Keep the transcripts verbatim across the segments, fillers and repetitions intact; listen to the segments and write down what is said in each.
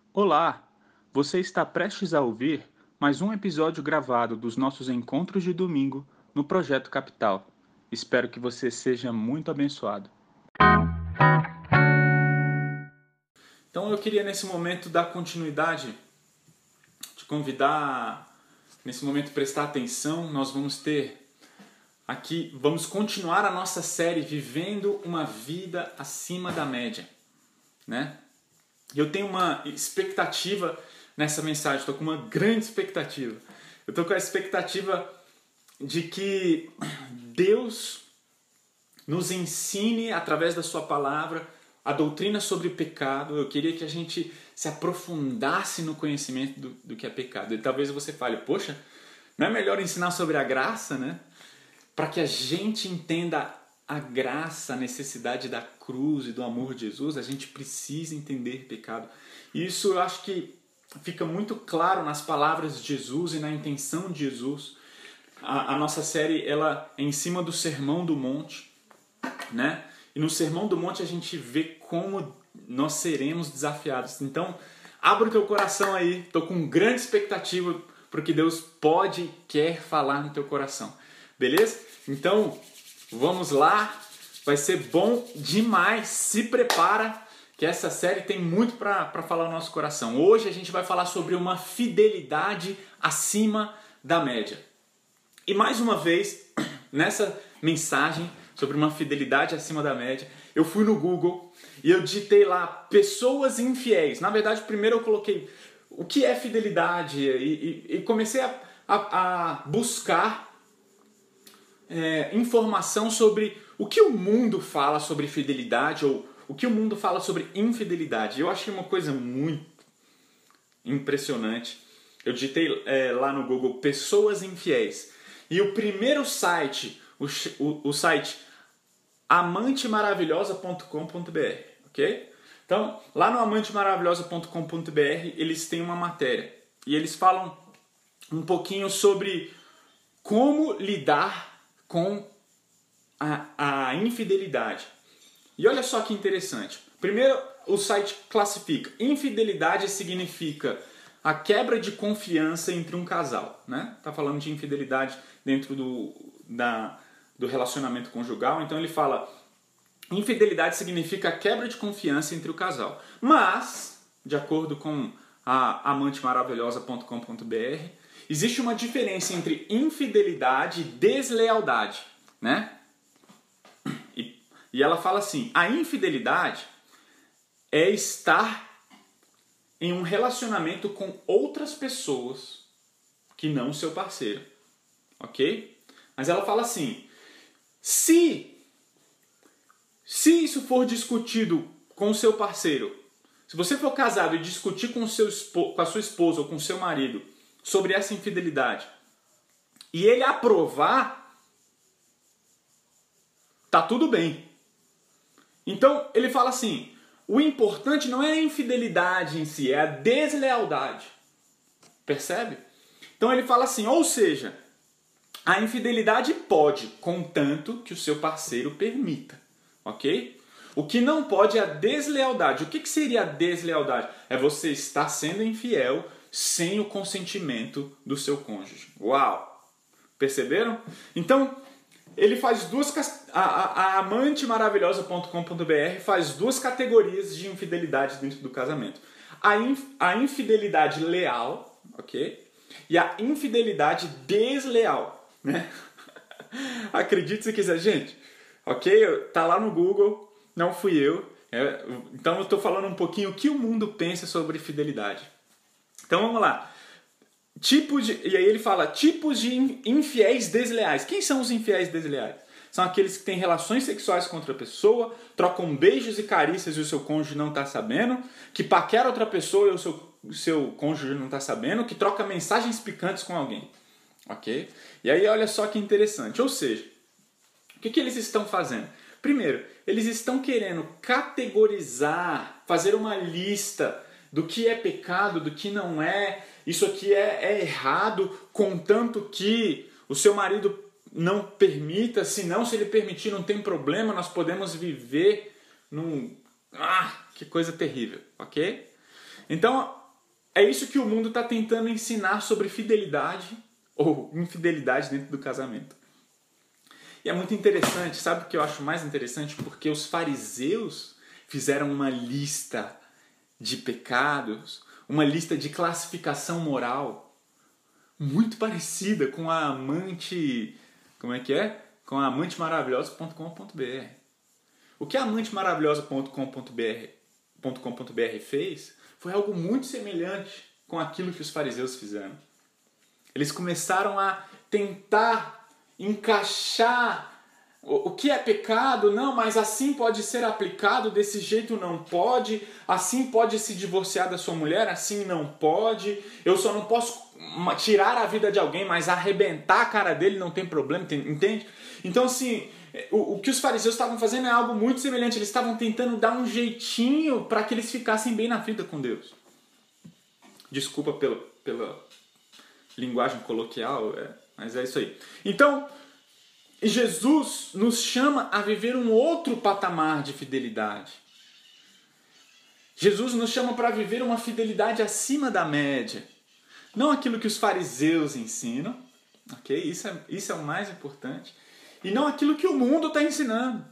Olá! Você está prestes a ouvir mais um episódio gravado dos nossos encontros de domingo no Projeto Capital. Espero que você seja muito abençoado. Então eu queria nesse momento dar continuidade, te convidar nesse momento prestar atenção. Nós vamos ter aqui, vamos continuar a nossa série Vivendo uma Vida Acima da Média, né? Eu tenho uma expectativa nessa mensagem, estou com uma grande expectativa. Eu estou com a expectativa de que Deus nos ensine, através da sua palavra, a doutrina sobre o pecado. Eu queria que a gente se aprofundasse no conhecimento do, do que é pecado. E talvez você fale, poxa, não é melhor ensinar sobre a graça, né? Para que a gente entenda a graça, a necessidade da cruz e do amor de Jesus, a gente precisa entender pecado. E isso eu acho que fica muito claro nas palavras de Jesus e na intenção de Jesus. A, a nossa série ela é em cima do Sermão do Monte, né? E no Sermão do Monte a gente vê como nós seremos desafiados. Então, abra o teu coração aí, estou com grande expectativa para o que Deus pode e quer falar no teu coração. Beleza? Então, vamos lá, vai ser bom demais, se prepara que essa série tem muito para falar no nosso coração. Hoje a gente vai falar sobre uma fidelidade acima da média. E mais uma vez, nessa mensagem sobre uma fidelidade acima da média, eu fui no Google e eu digitei lá pessoas infiéis. Na verdade, primeiro eu coloquei o que é fidelidade e, e, e comecei a, a, a buscar É, informação sobre o que o mundo fala sobre fidelidade ou o que o mundo fala sobre infidelidade. Eu achei uma coisa muito impressionante. Eu digitei é, lá no Google pessoas infiéis e o primeiro site, o, o, o site amante maravilhosa ponto com ponto br, ok? Então, lá no amante maravilhosa ponto com ponto br eles têm uma matéria e eles falam um pouquinho sobre como lidar com a, a infidelidade. E olha só que interessante. Primeiro, o site classifica. Infidelidade significa a quebra de confiança entre um casal, né? Tá falando de infidelidade dentro do, da, do relacionamento conjugal. Então ele fala, infidelidade significa a quebra de confiança entre o casal. Mas, de acordo com a amante maravilhosa ponto com ponto br, existe uma diferença entre infidelidade e deslealdade, né? E, e ela fala assim, a infidelidade é estar em um relacionamento com outras pessoas que não o seu parceiro, ok? Mas ela fala assim, se, se isso for discutido com o seu parceiro, se você for casado e discutir com, o seu, com a sua esposa ou com o seu marido sobre essa infidelidade e ele aprovar, tá tudo bem. Então ele fala assim, o importante não é a infidelidade em si, é a deslealdade. Percebe? Então ele fala assim, ou seja, a infidelidade pode, contanto que o seu parceiro permita, ok? O que não pode é a deslealdade. O que seria a deslealdade? É você estar sendo infiel sem o consentimento do seu cônjuge. Uau! Perceberam? Então, ele faz duas... A, a, a amante maravilhosa ponto com ponto br faz duas categorias de infidelidade dentro do casamento. A, inf, a infidelidade leal, ok? E a infidelidade desleal, né? Acredite se quiser, gente. Ok? Tá lá no Google, não fui eu. É, então eu estou falando um pouquinho o que o mundo pensa sobre fidelidade. Então vamos lá. Tipos de, e aí ele fala tipos de infiéis desleais. Quem são os infiéis desleais? São aqueles que têm relações sexuais com outra pessoa, trocam beijos e carícias e o seu cônjuge não está sabendo, que paquera outra pessoa e o seu, o seu cônjuge não está sabendo, que troca mensagens picantes com alguém. Ok? E aí olha só que interessante. Ou seja, o que, que eles estão fazendo? Primeiro, eles estão querendo categorizar, fazer uma lista do que é pecado, do que não é, isso aqui é, é errado, contanto que o seu marido não permita, se não, se ele permitir, não tem problema, nós podemos viver num... Ah, que coisa terrível, ok? Então, é isso que o mundo está tentando ensinar sobre fidelidade ou infidelidade dentro do casamento. E é muito interessante, sabe o que eu acho mais interessante? Porque os fariseus fizeram uma lista de pecados, uma lista de classificação moral muito parecida com a amante, como é que é? Com a amante maravilhosa ponto com ponto b r. O que a amante maravilhosa ponto com ponto b r fez foi algo muito semelhante com aquilo que os fariseus fizeram. Eles começaram a tentar encaixar o que é pecado, não, mas assim pode ser aplicado, desse jeito não pode, assim pode se divorciar da sua mulher, assim não pode, eu só não posso tirar a vida de alguém, mas arrebentar a cara dele não tem problema, entende? Então assim, o, o que os fariseus estavam fazendo é algo muito semelhante, eles estavam tentando dar um jeitinho para que eles ficassem bem na vida com Deus. Desculpa pela, pela linguagem coloquial, é, mas é isso aí. Então, Jesus nos chama a viver um outro patamar de fidelidade. Jesus nos chama para viver uma fidelidade acima da média. Não aquilo que os fariseus ensinam, ok? Isso é, isso é o mais importante. E não aquilo que o mundo está ensinando.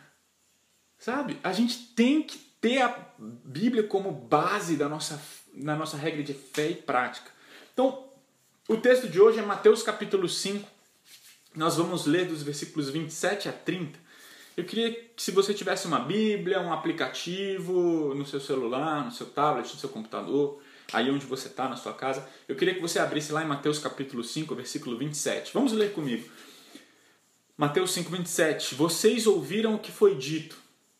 Sabe? A gente tem que ter a Bíblia como base da nossa, da nossa regra de fé e prática. Então, o texto de hoje é Mateus capítulo cinco. Nós vamos ler dos versículos vinte e sete a trinta. Eu queria que, se você tivesse uma Bíblia, um aplicativo no seu celular, no seu tablet, no seu computador, aí onde você está, na sua casa, eu queria que você abrisse lá em Mateus capítulo cinco, versículo vinte e sete. Vamos ler comigo. Mateus cinco, vinte e sete. Vocês ouviram o que foi dito: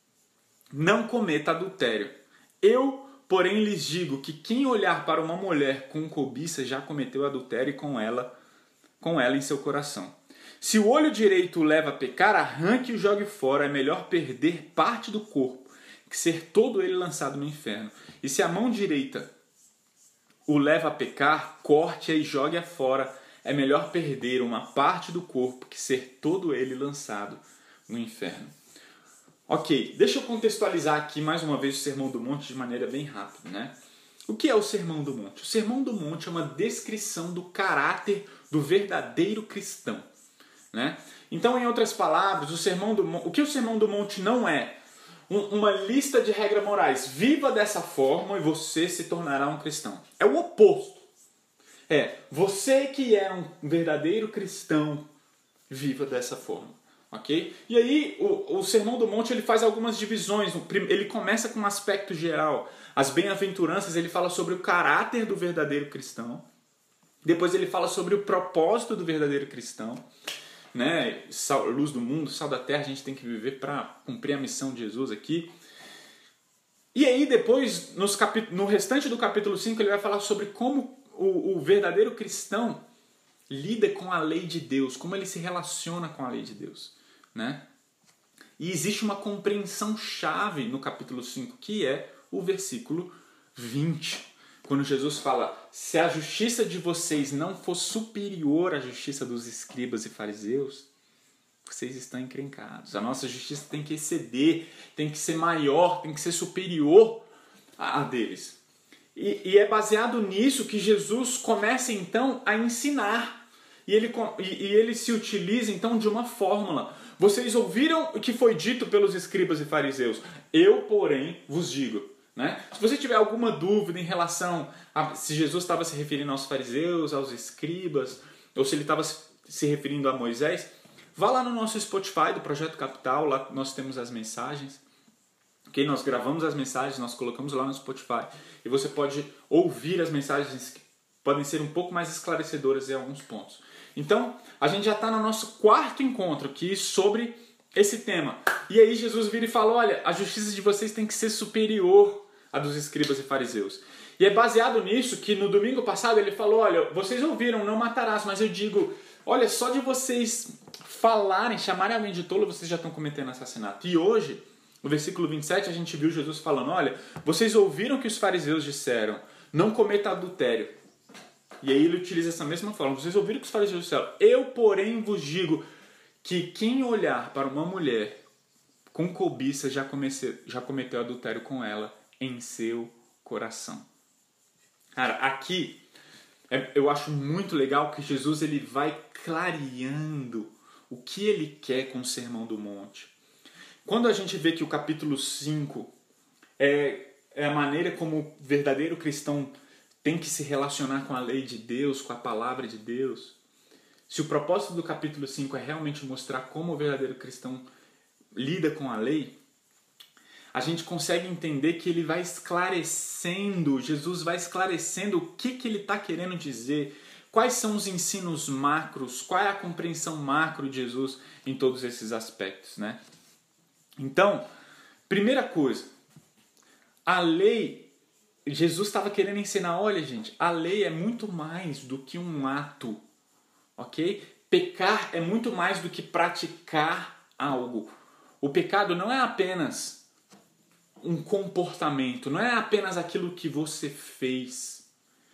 não cometa adultério. Eu, porém, lhes digo que quem olhar para uma mulher com cobiça já cometeu adultério com ela, com ela em seu coração. Se o olho direito o leva a pecar, arranque e o jogue fora. É melhor perder parte do corpo que ser todo ele lançado no inferno. E se a mão direita o leva a pecar, corte-a e jogue-a fora. É melhor perder uma parte do corpo que ser todo ele lançado no inferno. Ok, deixa eu contextualizar aqui mais uma vez o Sermão do Monte de maneira bem rápida, né? O que é o Sermão do Monte? O Sermão do Monte é uma descrição do caráter do verdadeiro cristão, né? Então, em outras palavras, o, sermão do, o que o Sermão do Monte não é? Um, uma lista de regras morais. Viva dessa forma e você se tornará um cristão. É o oposto. É, você que é um verdadeiro cristão, viva dessa forma. Ok? E aí, o, o Sermão do Monte ele faz algumas divisões. Ele começa com um aspecto geral. As bem-aventuranças, ele fala sobre o caráter do verdadeiro cristão. Depois ele fala sobre o propósito do verdadeiro cristão. Né? Sal, luz do mundo, sal da terra, a gente tem que viver para cumprir a missão de Jesus aqui. E aí depois, nos capítulo, no restante do capítulo cinco, ele vai falar sobre como o, o verdadeiro cristão lida com a lei de Deus, como ele se relaciona com a lei de Deus. Né? E existe uma compreensão chave no capítulo cinco, que é o versículo vinte. Quando Jesus fala, se a justiça de vocês não for superior à justiça dos escribas e fariseus, vocês estão encrencados. A nossa justiça tem que exceder, tem que ser maior, tem que ser superior à deles. E, e é baseado nisso que Jesus começa então a ensinar. E ele, e, e ele se utiliza então de uma fórmula. Vocês ouviram o que foi dito pelos escribas e fariseus. Eu, porém, vos digo. Né? Se você tiver alguma dúvida em relação a se Jesus estava se referindo aos fariseus, aos escribas, ou se ele estava se referindo a Moisés, vá lá no nosso Spotify do Projeto Capital, lá nós temos as mensagens. Okay? Nós gravamos as mensagens, nós colocamos lá no Spotify. E você pode ouvir as mensagens que podem ser um pouco mais esclarecedoras em alguns pontos. Então, a gente já está no nosso quarto encontro aqui sobre esse tema. E aí Jesus vira e fala, olha, a justiça de vocês tem que ser superior a dos escribas e fariseus. E é baseado nisso que no domingo passado ele falou, olha, vocês ouviram, não matarás, mas eu digo, olha, só de vocês falarem, chamarem alguém de tolo, vocês já estão cometendo assassinato. E hoje, no versículo vinte e sete, a gente viu Jesus falando, olha, vocês ouviram que os fariseus disseram, não cometa adultério. E aí ele utiliza essa mesma forma, vocês ouviram que os fariseus disseram, eu, porém, vos digo que quem olhar para uma mulher com cobiça já, comece, já cometeu adultério com ela em seu coração. Cara, aqui eu acho muito legal que Jesus ele vai clareando o que ele quer com o Sermão do Monte. Quando a gente vê que o capítulo cinco é, é a maneira como o verdadeiro cristão tem que se relacionar com a lei de Deus, com a palavra de Deus, se o propósito do capítulo cinco é realmente mostrar como o verdadeiro cristão lida com a lei, a gente consegue entender que ele vai esclarecendo, Jesus vai esclarecendo o que, que ele está querendo dizer, quais são os ensinos macros, qual é a compreensão macro de Jesus em todos esses aspectos, né? Então, primeira coisa, a lei, Jesus estava querendo ensinar, olha gente, a lei é muito mais do que um ato, ok? Pecar é muito mais do que praticar algo. O pecado não é apenas um comportamento, não é apenas aquilo que você fez.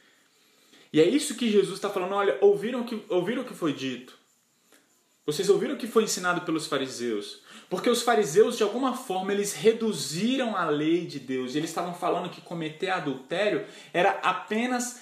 E é isso que Jesus está falando, olha, ouviram o que, ouviram o que foi dito? Vocês ouviram o que foi ensinado pelos fariseus? Porque os fariseus, de alguma forma, eles reduziram a lei de Deus. E eles estavam falando que cometer adultério era apenas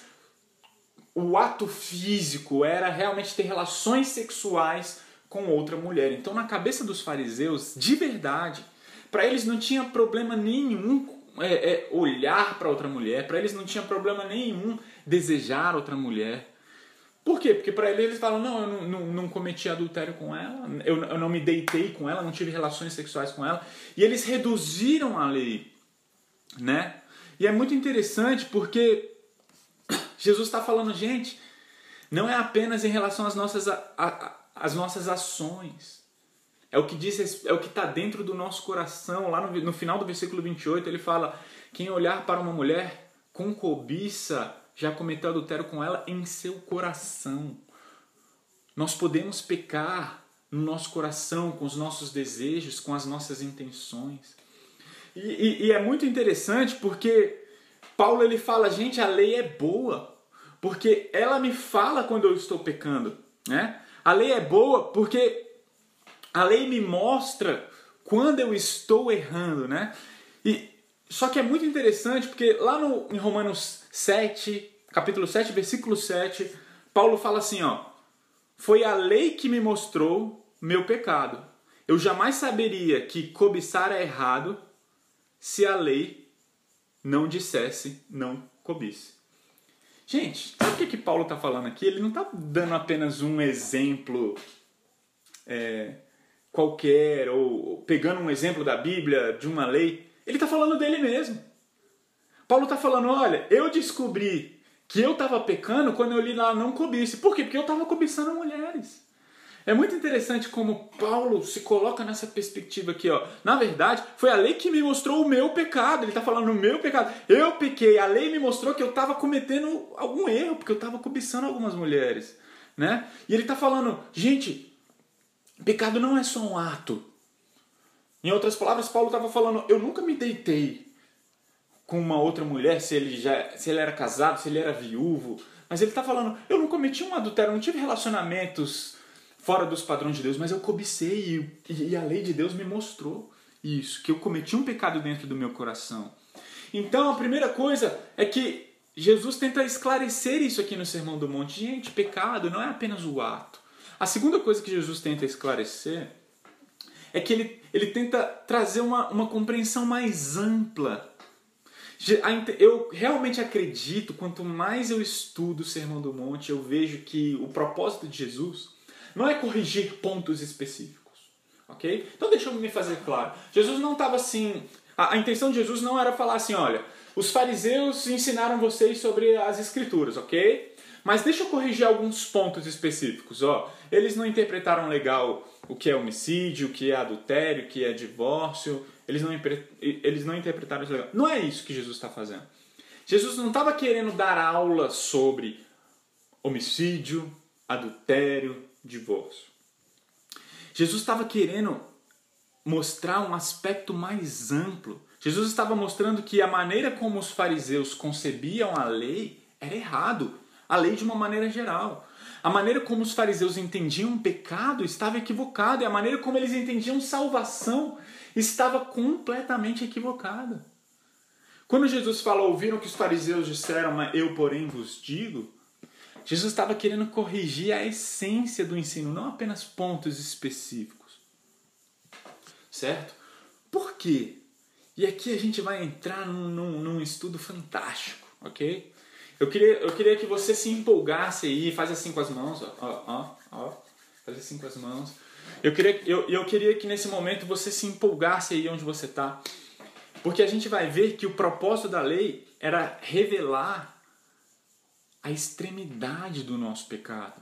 o ato físico, era realmente ter relações sexuais com outra mulher. Então, na cabeça dos fariseus, de verdade, para eles não tinha problema nenhum é, é, olhar para outra mulher, para eles não tinha problema nenhum desejar outra mulher. Por quê? Porque para eles, eles falam, não, eu não, não, não cometi adultério com ela, eu, eu não me deitei com ela, não tive relações sexuais com ela. E eles reduziram a lei, né? E é muito interessante porque Jesus está falando, gente, não é apenas em relação às nossas, a, a, às nossas ações. É o que diz, é o que está dentro do nosso coração. Lá no, no final do versículo vinte e oito, ele fala, quem olhar para uma mulher com cobiça já cometeu adultério com ela em seu coração. Nós podemos pecar no nosso coração, com os nossos desejos, com as nossas intenções. E, e, e é muito interessante porque Paulo ele fala, gente, a lei é boa, porque ela me fala quando eu estou pecando, né? A lei é boa porque a lei me mostra quando eu estou errando, né? E, só que é muito interessante porque lá no, em Romanos sete, capítulo sete, versículo sete, Paulo fala assim, ó, foi a lei que me mostrou meu pecado. Eu jamais saberia que cobiçar é errado se a lei não dissesse não cobice. Gente, sabe o que, que Paulo está falando aqui? Ele não está dando apenas um exemplo é, qualquer, ou pegando um exemplo da Bíblia, de uma lei. Ele está falando dele mesmo. Paulo está falando, olha, eu descobri que eu estava pecando quando eu li lá não cobice. Por quê? Porque eu estava cobiçando mulheres. É muito interessante como Paulo se coloca nessa perspectiva aqui, ó. Na verdade, foi a lei que me mostrou o meu pecado. Ele está falando o meu pecado. Eu pequei, a lei me mostrou que eu estava cometendo algum erro, porque eu estava cobiçando algumas mulheres, né? E ele está falando, gente, pecado não é só um ato. Em outras palavras, Paulo estava falando, eu nunca me deitei com uma outra mulher, se ele, já, se ele era casado, se ele era viúvo. Mas ele está falando, eu não cometi um adultério, eu não tive relacionamentos fora dos padrões de Deus, mas eu cobicei e, e a lei de Deus me mostrou isso, que eu cometi um pecado dentro do meu coração. Então a primeira coisa é que Jesus tenta esclarecer isso aqui no Sermão do Monte. Gente, pecado não é apenas o ato. A segunda coisa que Jesus tenta esclarecer é que ele, ele tenta trazer uma, uma compreensão mais ampla. Eu realmente acredito, quanto mais eu estudo o Sermão do Monte, eu vejo que o propósito de Jesus não é corrigir pontos específicos, ok? Então deixa eu me fazer claro. Jesus não estava assim... A, a intenção de Jesus não era falar assim, olha, os fariseus ensinaram vocês sobre as escrituras, ok? Mas deixa eu corrigir alguns pontos específicos, ó. Eles não interpretaram legal o que é homicídio, o que é adultério, o que é divórcio. Eles não, eles não interpretaram isso legal. Não é isso que Jesus está fazendo. Jesus não estava querendo dar aula sobre homicídio, adultério, divórcio. Jesus estava querendo mostrar um aspecto mais amplo. Jesus estava mostrando que a maneira como os fariseus concebiam a lei era errado. A lei de uma maneira geral. A maneira como os fariseus entendiam o pecado estava equivocada. E a maneira como eles entendiam salvação estava completamente equivocada. Quando Jesus fala, ouviram o que os fariseus disseram, mas eu, porém, vos digo, Jesus estava querendo corrigir a essência do ensino, não apenas pontos específicos. Certo? Por quê? E aqui a gente vai entrar num, num, num estudo fantástico, ok? Eu queria, eu queria que você se empolgasse aí, faz assim com as mãos, ó, ó, ó, faz assim com as mãos. Eu queria, eu, eu queria que nesse momento você se empolgasse aí onde você está, porque a gente vai ver que o propósito da lei era revelar a extremidade do nosso pecado.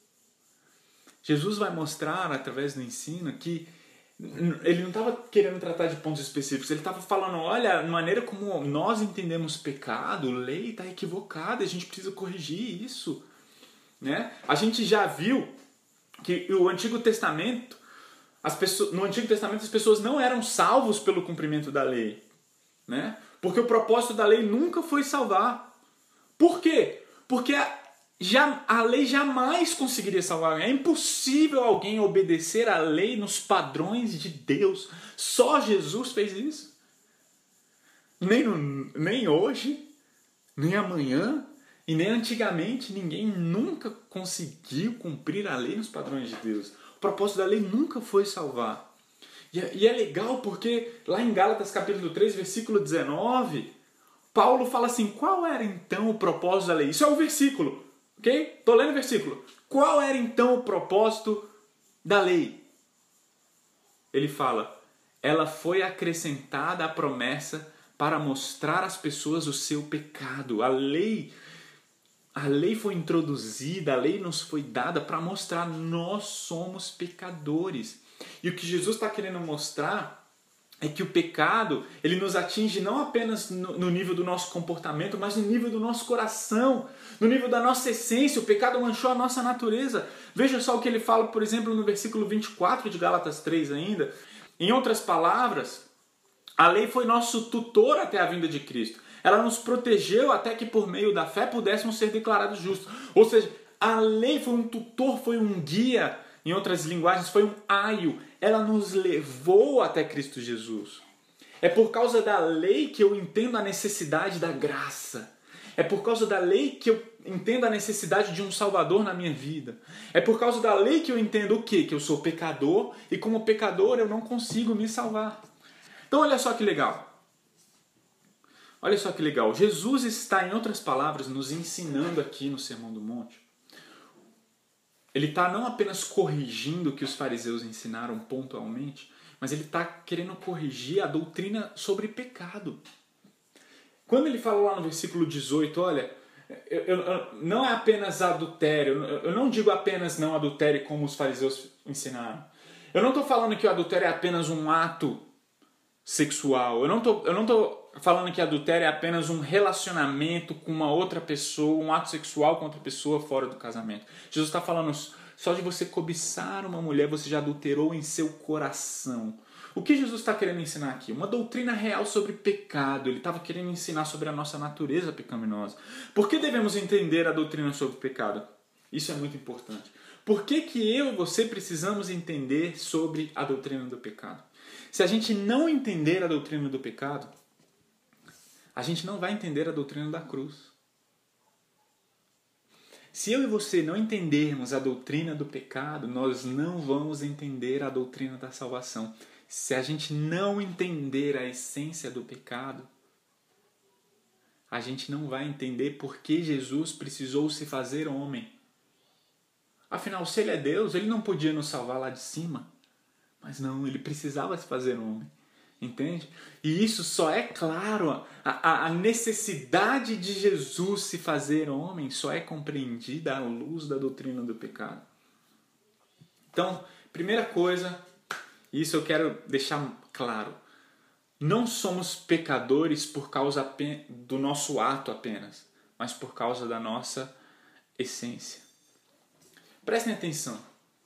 Jesus vai mostrar através do ensino que ele não estava querendo tratar de pontos específicos, ele estava falando, olha, a maneira como nós entendemos pecado, lei está equivocada, a gente precisa corrigir isso. Né? A gente já viu que o Antigo Testamento, as pessoas, no Antigo Testamento as pessoas não eram salvos pelo cumprimento da lei. Né? Porque o propósito da lei nunca foi salvar. Por quê? Porque a, já, a lei jamais conseguiria salvar. É impossível alguém obedecer à lei nos padrões de Deus. Só Jesus fez isso. Nem, no, nem hoje, nem amanhã, e nem antigamente, ninguém nunca conseguiu cumprir a lei nos padrões de Deus. O propósito da lei nunca foi salvar. E é, e é legal porque lá em Gálatas capítulo três, versículo dezenove... Paulo fala assim, qual era então o propósito da lei? Isso é o versículo, ok? Estou lendo o versículo. Qual era então o propósito da lei? Ele fala, ela foi acrescentada à promessa para mostrar às pessoas o seu pecado. A lei, a lei foi introduzida, a lei nos foi dada para mostrar nós somos pecadores. E o que Jesus está querendo mostrar é que o pecado, ele nos atinge não apenas no, no nível do nosso comportamento, mas no nível do nosso coração, no nível da nossa essência. O pecado manchou a nossa natureza. Veja só o que ele fala, por exemplo, no versículo vinte e quatro de Gálatas três ainda. Em outras palavras, a lei foi nosso tutor até a vinda de Cristo. Ela nos protegeu até que por meio da fé pudéssemos ser declarados justos. Ou seja, a lei foi um tutor, foi um guia. Em outras linguagens, foi um aio. Ela nos levou até Cristo Jesus. É por causa da lei que eu entendo a necessidade da graça. É por causa da lei que eu entendo a necessidade de um Salvador na minha vida. É por causa da lei que eu entendo o quê? Que eu sou pecador e como pecador eu não consigo me salvar. Então olha só que legal. Olha só que legal. Jesus está, em outras palavras, nos ensinando aqui no Sermão do Monte. Ele está não apenas corrigindo o que os fariseus ensinaram pontualmente, mas ele está querendo corrigir a doutrina sobre pecado. Quando ele fala lá no versículo dezoito, olha, eu, eu, eu, não é apenas adultério, eu, eu não digo apenas não adultério como os fariseus ensinaram. Eu não estou falando que o adultério é apenas um ato sexual, eu não tô, eu não estou falando que adultério é apenas um relacionamento com uma outra pessoa, um ato sexual com outra pessoa fora do casamento. Jesus está falando só de você cobiçar uma mulher, você já adulterou em seu coração. O que Jesus está querendo ensinar aqui? Uma doutrina real sobre pecado. Ele estava querendo ensinar sobre a nossa natureza pecaminosa. Por que devemos entender a doutrina sobre pecado? Isso é muito importante. Por que que eu e você precisamos entender sobre a doutrina do pecado? Se a gente não entender a doutrina do pecado, a gente não vai entender a doutrina da cruz. Se eu e você não entendermos a doutrina do pecado, nós não vamos entender a doutrina da salvação. Se a gente não entender a essência do pecado, a gente não vai entender por que Jesus precisou se fazer homem. Afinal, se ele é Deus, ele não podia nos salvar lá de cima. Mas não, ele precisava se fazer homem. Entende? E isso só é claro, a, a, a necessidade de Jesus se fazer homem só é compreendida à luz da doutrina do pecado. Então, primeira coisa, isso eu quero deixar claro, não somos pecadores por causa do nosso ato apenas, mas por causa da nossa essência. Prestem atenção.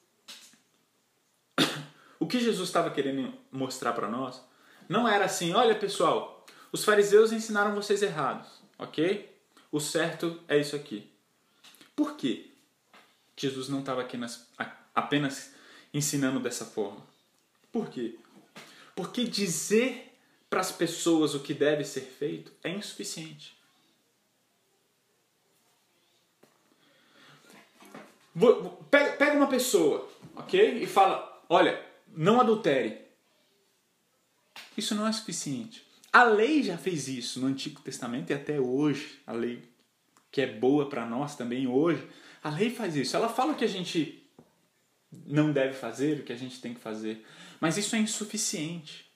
O que Jesus estava querendo mostrar para nós não era assim, olha pessoal, os fariseus ensinaram vocês errados, ok? O certo é isso aqui. Por quê? Jesus não estava aqui nas, apenas ensinando dessa forma. Por quê? Porque dizer para as pessoas o que deve ser feito é insuficiente. Pega uma pessoa, ok? E fala, olha, não adultere. Isso não é suficiente. A lei já fez isso no Antigo Testamento e até hoje. A lei que é boa para nós também hoje. A lei faz isso. Ela fala o que a gente não deve fazer, o que a gente tem que fazer. Mas isso é insuficiente.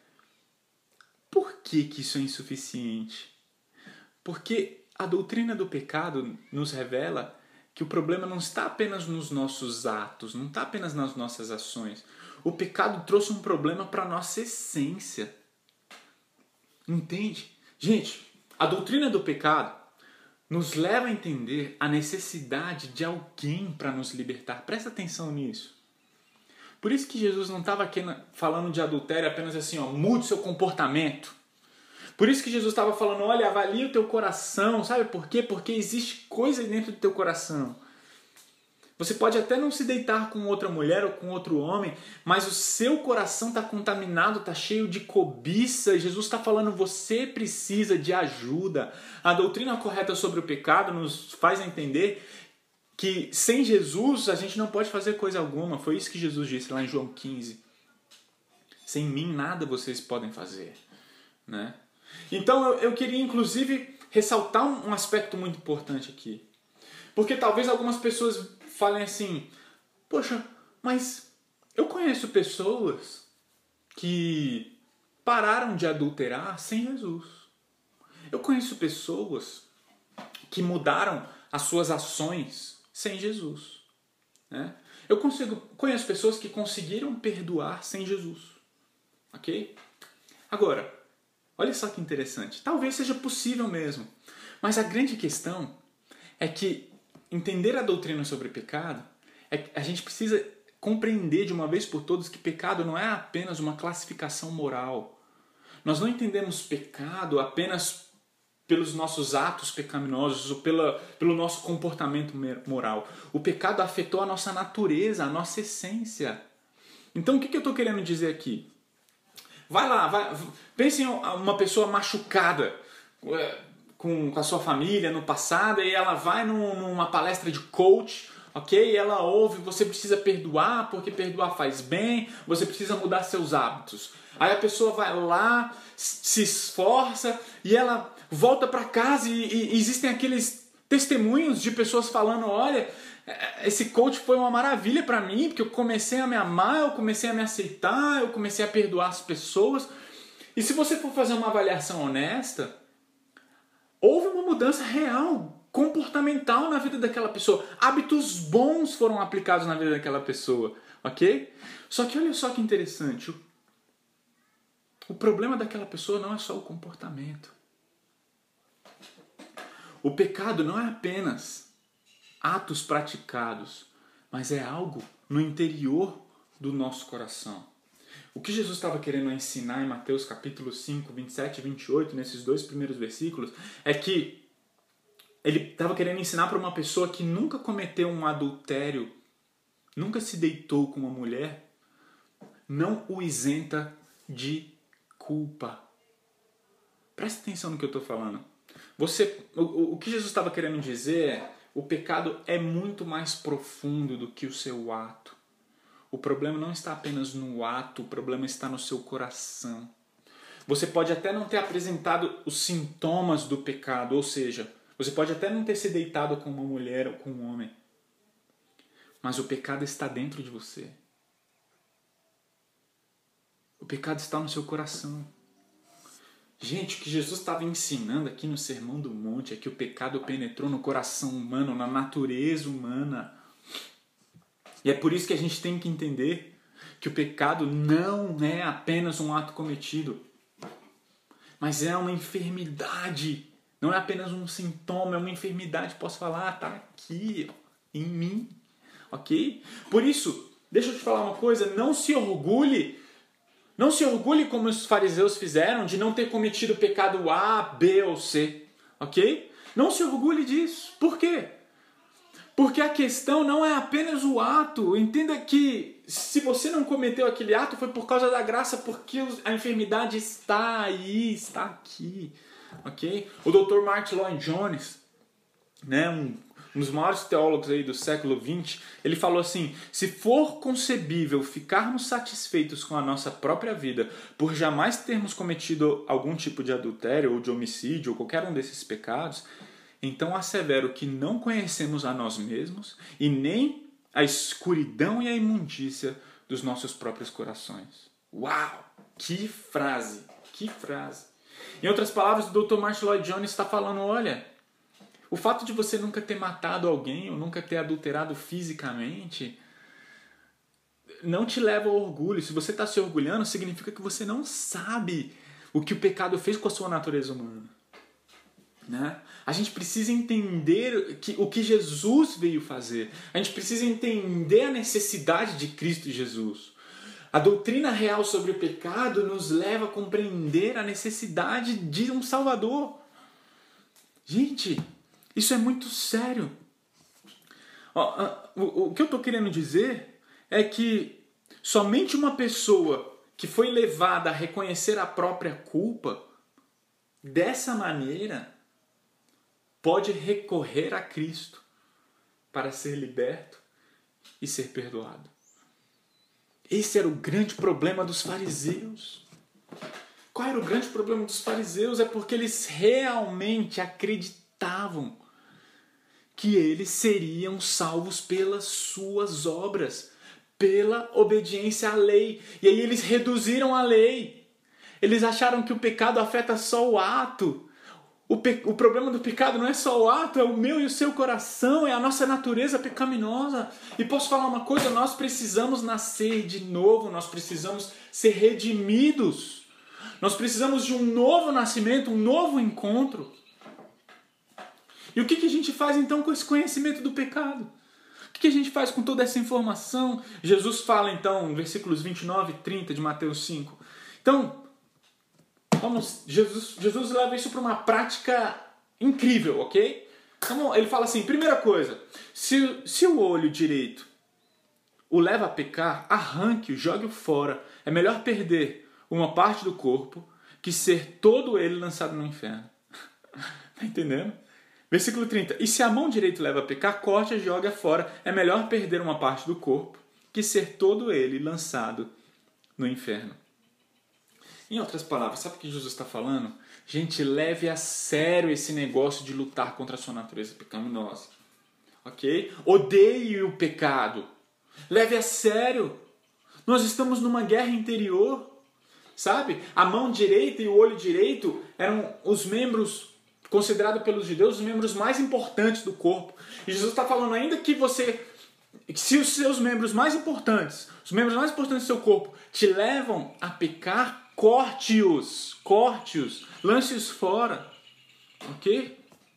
Por que que isso é insuficiente? Porque a doutrina do pecado nos revela que o problema não está apenas nos nossos atos, não está apenas nas nossas ações. O pecado trouxe um problema para a nossa essência. Entende? Gente, a doutrina do pecado nos leva a entender a necessidade de alguém para nos libertar. Presta atenção nisso. Por isso que Jesus não estava aqui falando de adultério apenas assim, ó, mude seu comportamento. Por isso que Jesus estava falando, olha, avalie o teu coração. Sabe por quê? Porque existe coisa dentro do teu coração. Você pode até não se deitar com outra mulher ou com outro homem, mas o seu coração está contaminado, está cheio de cobiça. Jesus está falando, você precisa de ajuda. A doutrina correta sobre o pecado nos faz entender que sem Jesus a gente não pode fazer coisa alguma. Foi isso que Jesus disse lá em João quinze. Sem mim nada vocês podem fazer, né? Então eu, eu queria inclusive ressaltar um, um aspecto muito importante aqui. Porque talvez algumas pessoas falem assim, poxa, mas eu conheço pessoas que pararam de adulterar sem Jesus. Eu conheço pessoas que mudaram as suas ações sem Jesus, né? Eu consigo, conheço pessoas que conseguiram perdoar sem Jesus, ok? Agora, olha só que interessante, talvez seja possível mesmo, mas a grande questão é que entender a doutrina sobre pecado, é que a gente precisa compreender de uma vez por todas que pecado não é apenas uma classificação moral. Nós não entendemos pecado apenas pelos nossos atos pecaminosos ou pela, pelo nosso comportamento moral. O pecado afetou a nossa natureza, a nossa essência. Então o que eu estou querendo dizer aqui? Vai lá, vai, pense em uma pessoa machucada com, com a sua família no passado e ela vai num, numa palestra de coach, ok? E ela ouve, você precisa perdoar porque perdoar faz bem, você precisa mudar seus hábitos. Aí a pessoa vai lá, se esforça e ela volta para casa e, e existem aqueles testemunhos de pessoas falando, olha, esse coach foi uma maravilha para mim, porque eu comecei a me amar, eu comecei a me aceitar, eu comecei a perdoar as pessoas. E se você for fazer uma avaliação honesta, houve uma mudança real, comportamental na vida daquela pessoa. Hábitos bons foram aplicados na vida daquela pessoa, ok? Só que olha só que interessante, o, o problema daquela pessoa não é só o comportamento. O pecado não é apenas atos praticados, mas é algo no interior do nosso coração. O que Jesus estava querendo ensinar em Mateus capítulo cinco, vinte e sete e vinte e oito, nesses dois primeiros versículos, é que ele estava querendo ensinar para uma pessoa que nunca cometeu um adultério, nunca se deitou com uma mulher, não o isenta de culpa. Presta atenção no que eu estou falando. Você, o, o que Jesus estava querendo dizer é, o pecado é muito mais profundo do que o seu ato. O problema não está apenas no ato, o problema está no seu coração. Você pode até não ter apresentado os sintomas do pecado, ou seja, você pode até não ter se deitado com uma mulher ou com um homem, mas o pecado está dentro de você. O pecado está no seu coração. Gente, o que Jesus estava ensinando aqui no Sermão do Monte é que o pecado penetrou no coração humano, na natureza humana. E é por isso que a gente tem que entender que o pecado não é apenas um ato cometido, mas é uma enfermidade. Não é apenas um sintoma, é uma enfermidade. Posso falar, está aqui, ó, em mim, ok? Por isso, deixa eu te falar uma coisa, não se orgulhe Não se orgulhe como os fariseus fizeram de não ter cometido pecado A, B ou C, ok? Não se orgulhe disso. Por quê? Porque a questão não é apenas o ato. Entenda que se você não cometeu aquele ato foi por causa da graça, porque a enfermidade está aí, está aqui. Ok? O doutor Martin Lloyd-Jones, né, um, um dos maiores teólogos aí do século vinte, ele falou assim: se for concebível ficarmos satisfeitos com a nossa própria vida por jamais termos cometido algum tipo de adultério ou de homicídio ou qualquer um desses pecados, então assevero que não conhecemos a nós mesmos e nem a escuridão e a imundícia dos nossos próprios corações. Uau! Que frase! Que frase! Em outras palavras, o doutor Martin Lloyd-Jones está falando: olha, o fato de você nunca ter matado alguém ou nunca ter adulterado fisicamente não te leva ao orgulho. Se você está se orgulhando, significa que você não sabe o que o pecado fez com a sua natureza humana. Né? A gente precisa entender que, o que Jesus veio fazer. A gente precisa entender a necessidade de Cristo Jesus. A doutrina real sobre o pecado nos leva a compreender a necessidade de um Salvador. Gente, isso é muito sério. O que eu estou querendo dizer é que somente uma pessoa que foi levada a reconhecer a própria culpa dessa maneira pode recorrer a Cristo para ser liberto e ser perdoado. Esse era o grande problema dos fariseus. Qual era o grande problema dos fariseus? É porque eles realmente acreditavam que eles seriam salvos pelas suas obras, pela obediência à lei. E aí eles reduziram a lei. Eles acharam que o pecado afeta só o ato. O, pe... o problema do pecado não é só o ato, é o meu e o seu coração, é a nossa natureza pecaminosa. E posso falar uma coisa: nós precisamos nascer de novo, nós precisamos ser redimidos. Nós precisamos de um novo nascimento, um novo encontro. E o que, que a gente faz então com esse conhecimento do pecado? O que, que a gente faz com toda essa informação? Jesus fala então, versículos vinte e nove e trinta de Mateus cinco. Então, vamos, Jesus, Jesus leva isso para uma prática incrível, ok? Então, ele fala assim: primeira coisa, se, se o olho direito o leva a pecar, arranque-o, jogue-o fora. É melhor perder uma parte do corpo que ser todo ele lançado no inferno. Tá entendendo? Versículo trinta. E se a mão direita leva a pecar, corte e jogue-a fora. É melhor perder uma parte do corpo que ser todo ele lançado no inferno. Em outras palavras, sabe o que Jesus está falando? Gente, leve a sério esse negócio de lutar contra a sua natureza pecaminosa. Ok? Odeie o pecado. Leve a sério. Nós estamos numa guerra interior. Sabe? A mão direita e o olho direito eram os membros considerados pelos judeus os membros mais importantes do corpo. E Jesus está falando ainda que você, se os seus membros mais importantes, os membros mais importantes do seu corpo te levam a pecar, corte-os, corte-os, lance-os fora. Ok?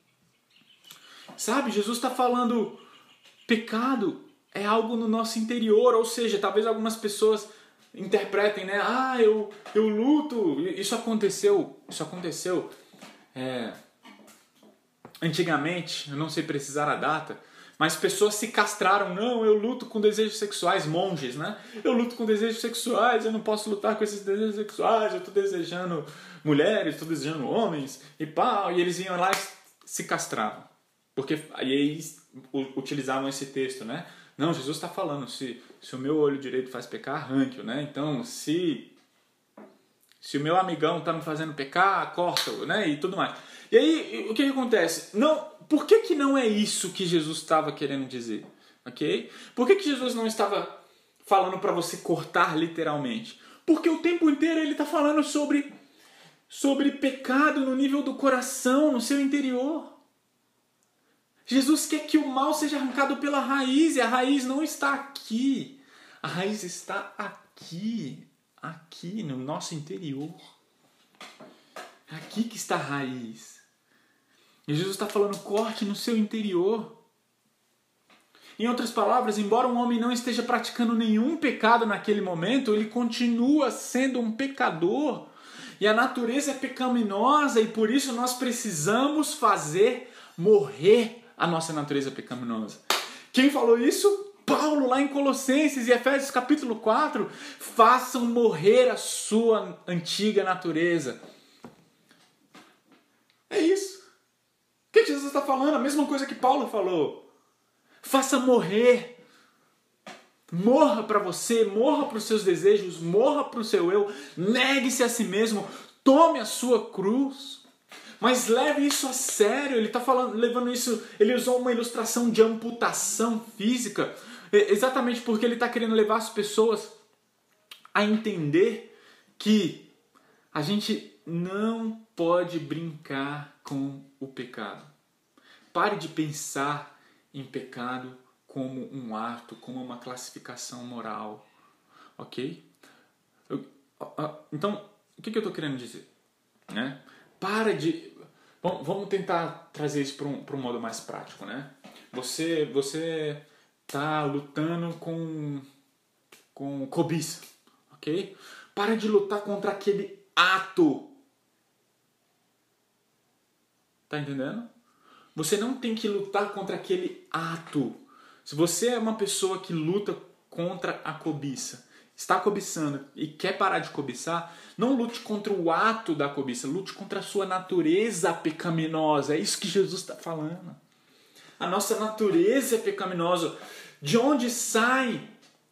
Sabe? Jesus está falando, pecado é algo no nosso interior, ou seja, talvez algumas pessoas interpretem, né? Ah, eu, eu luto. Isso aconteceu, isso aconteceu é, antigamente, eu não sei precisar a data, mas pessoas se castraram. Não, eu luto com desejos sexuais, monges, né? Eu luto com desejos sexuais, eu não posso lutar com esses desejos sexuais, eu estou desejando mulheres, estou desejando homens, e pá, e eles iam lá e se castravam. Porque aí eles utilizavam esse texto, né? Não, Jesus está falando, se, se o meu olho direito faz pecar, arranque-o, né? Então, se, se o meu amigão está me fazendo pecar, corta-o, né? E tudo mais. E aí, o que, que acontece? Não, por que, que não é isso que Jesus estava querendo dizer? Ok? Por que, que Jesus não estava falando para você cortar literalmente? Porque o tempo inteiro ele está falando sobre, sobre pecado no nível do coração, no seu interior. Jesus quer que o mal seja arrancado pela raiz, e a raiz não está aqui. A raiz está aqui, aqui no nosso interior. É aqui que está a raiz. E Jesus está falando, corte no seu interior. Em outras palavras, embora um homem não esteja praticando nenhum pecado naquele momento, ele continua sendo um pecador. E a natureza é pecaminosa, e por isso nós precisamos fazer morrer a nossa natureza pecaminosa. Quem falou isso? Paulo, lá em Colossenses e Efésios capítulo quatro. Façam morrer a sua antiga natureza. É isso. O que Jesus está falando? A mesma coisa que Paulo falou. Faça morrer. Morra para você, morra para os seus desejos, morra para o seu eu. Negue-se a si mesmo. Tome a sua cruz. Mas leve isso a sério. Ele está falando, levando isso. Ele usou uma ilustração de amputação física. Exatamente porque ele está querendo levar as pessoas a entender que a gente não pode brincar com o pecado. Pare de pensar em pecado como um ato, como uma classificação moral. Ok? Eu, então, o que, que eu estou querendo dizer? Né? Para de... Bom, vamos tentar trazer isso para um, para um modo mais prático. Né? Você... você tá lutando com, com cobiça, ok? Para de lutar contra aquele ato. Tá entendendo? Você não tem que lutar contra aquele ato. Se você é uma pessoa que luta contra a cobiça, está cobiçando e quer parar de cobiçar, não lute contra o ato da cobiça, lute contra a sua natureza pecaminosa. É isso que Jesus está falando. A nossa natureza é pecaminosa. De onde saem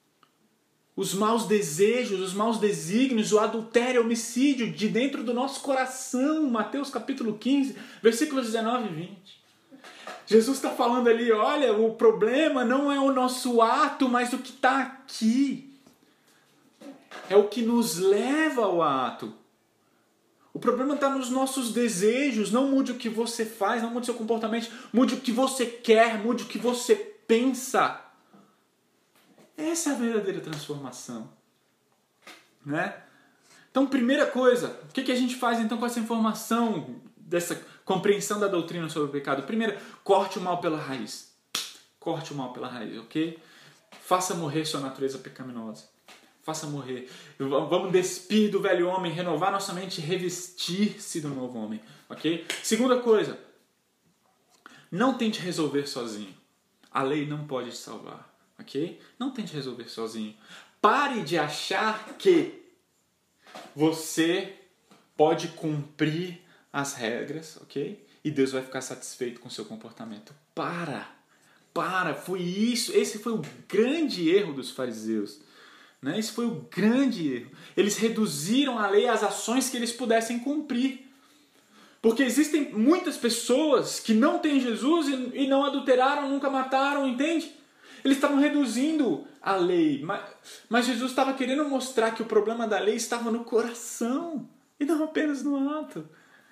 os maus desejos, os maus desígnios, o adultério, o homicídio? De dentro do nosso coração. Mateus capítulo quinze, versículos dezenove e vinte. Jesus está falando ali, olha, o problema não é o nosso ato, mas o que está aqui. É o que nos leva ao ato. O problema está nos nossos desejos. Não mude o que você faz, não mude seu comportamento, mude o que você quer, mude o que você pensa. Essa é a verdadeira transformação. Né? Então, primeira coisa, o que, que a gente faz então com essa informação, dessa compreensão da doutrina sobre o pecado? Primeiro, corte o mal pela raiz. Corte o mal pela raiz, ok? Faça morrer sua natureza pecaminosa. Faça morrer. Vamos despir do velho homem, renovar nossa mente e revestir-se do novo homem. Ok? Segunda coisa. Não tente resolver sozinho. A lei não pode te salvar. Ok? Não tente resolver sozinho. Pare de achar que você pode cumprir as regras, ok? E Deus vai ficar satisfeito com o seu comportamento. Para! Para! Foi isso. Esse foi o grande erro dos fariseus. Né? Esse foi o grande erro. Eles reduziram a lei às ações que eles pudessem cumprir. Porque existem muitas pessoas que não têm Jesus e não adulteraram, nunca mataram, entende? Eles estavam reduzindo a lei. Mas, mas Jesus estava querendo mostrar que o problema da lei estava no coração e não apenas no ato.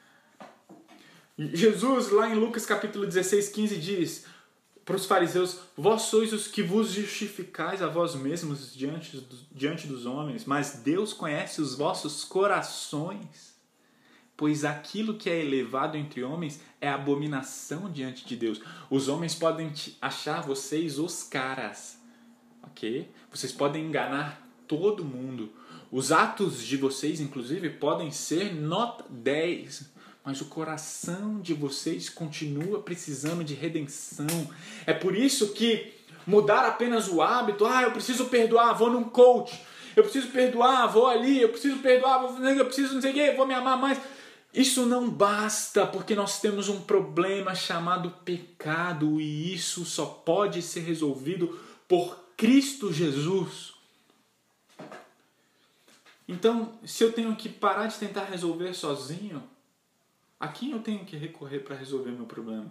Jesus, lá em Lucas capítulo dezesseis, quinze, diz para os fariseus: vós sois os que vos justificais a vós mesmos diante, do, diante dos homens, mas Deus conhece os vossos corações, pois aquilo que é elevado entre homens é abominação diante de Deus. Os homens podem achar vocês os caras, ok? Vocês podem enganar todo mundo. Os atos de vocês, inclusive, podem ser nota dez, mas o coração de vocês continua precisando de redenção. É por isso que mudar apenas o hábito, ah, eu preciso perdoar, vou num coach, eu preciso perdoar, vou ali, eu preciso perdoar, vou, eu preciso não sei o quê, vou me amar mais. Isso não basta, porque nós temos um problema chamado pecado e isso só pode ser resolvido por Cristo Jesus. Então, se eu tenho que parar de tentar resolver sozinho, a quem eu tenho que recorrer para resolver meu problema?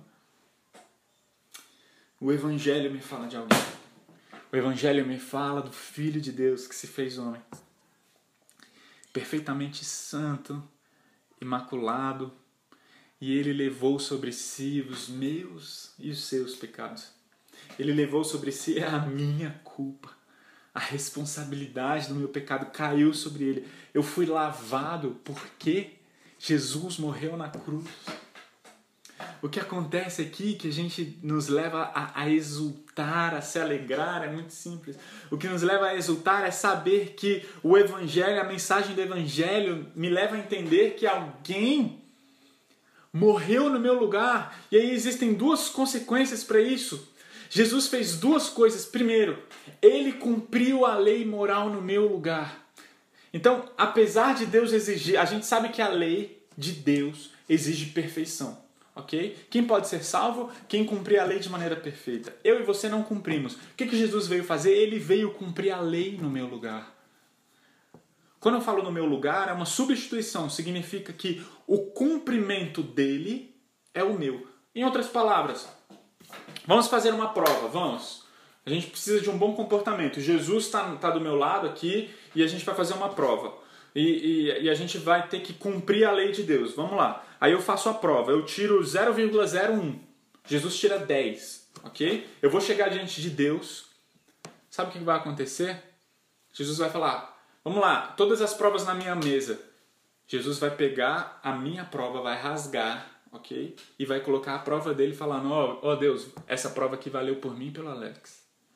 O Evangelho me fala de alguém. O Evangelho me fala do Filho de Deus que se fez homem. Perfeitamente santo, imaculado. E ele levou sobre si os meus e os seus pecados. Ele levou sobre si a minha culpa. A responsabilidade do meu pecado caiu sobre ele. Eu fui lavado porque Jesus morreu na cruz. O que acontece aqui, que a gente nos leva a, a exultar, a se alegrar, é muito simples. O que nos leva a exultar é saber que o Evangelho, a mensagem do Evangelho me leva a entender que alguém morreu no meu lugar. E aí existem duas consequências para isso. Jesus fez duas coisas. Primeiro, ele cumpriu a lei moral no meu lugar. Então, apesar de Deus exigir, a gente sabe que a lei de Deus exige perfeição. Ok? Quem pode ser salvo? Quem cumprir a lei de maneira perfeita. Eu e você não cumprimos. O que, que Jesus veio fazer? Ele veio cumprir a lei no meu lugar. Quando eu falo no meu lugar, é uma substituição. Significa que o cumprimento dele é o meu. Em outras palavras, vamos fazer uma prova. Vamos. A gente precisa de um bom comportamento. Jesus está tá do meu lado aqui e a gente vai fazer uma prova. E, e, e a gente vai ter que cumprir a lei de Deus. Vamos lá. Aí eu faço a prova. Eu tiro zero vírgula zero um. Jesus tira dez. Ok? Eu vou chegar diante de Deus. Sabe o que vai acontecer? Jesus vai falar, vamos lá, todas as provas na minha mesa. Jesus vai pegar a minha prova, vai rasgar, ok? E vai colocar a prova dele falando, ó oh, oh Deus, essa prova aqui valeu por mim e pelo Alex.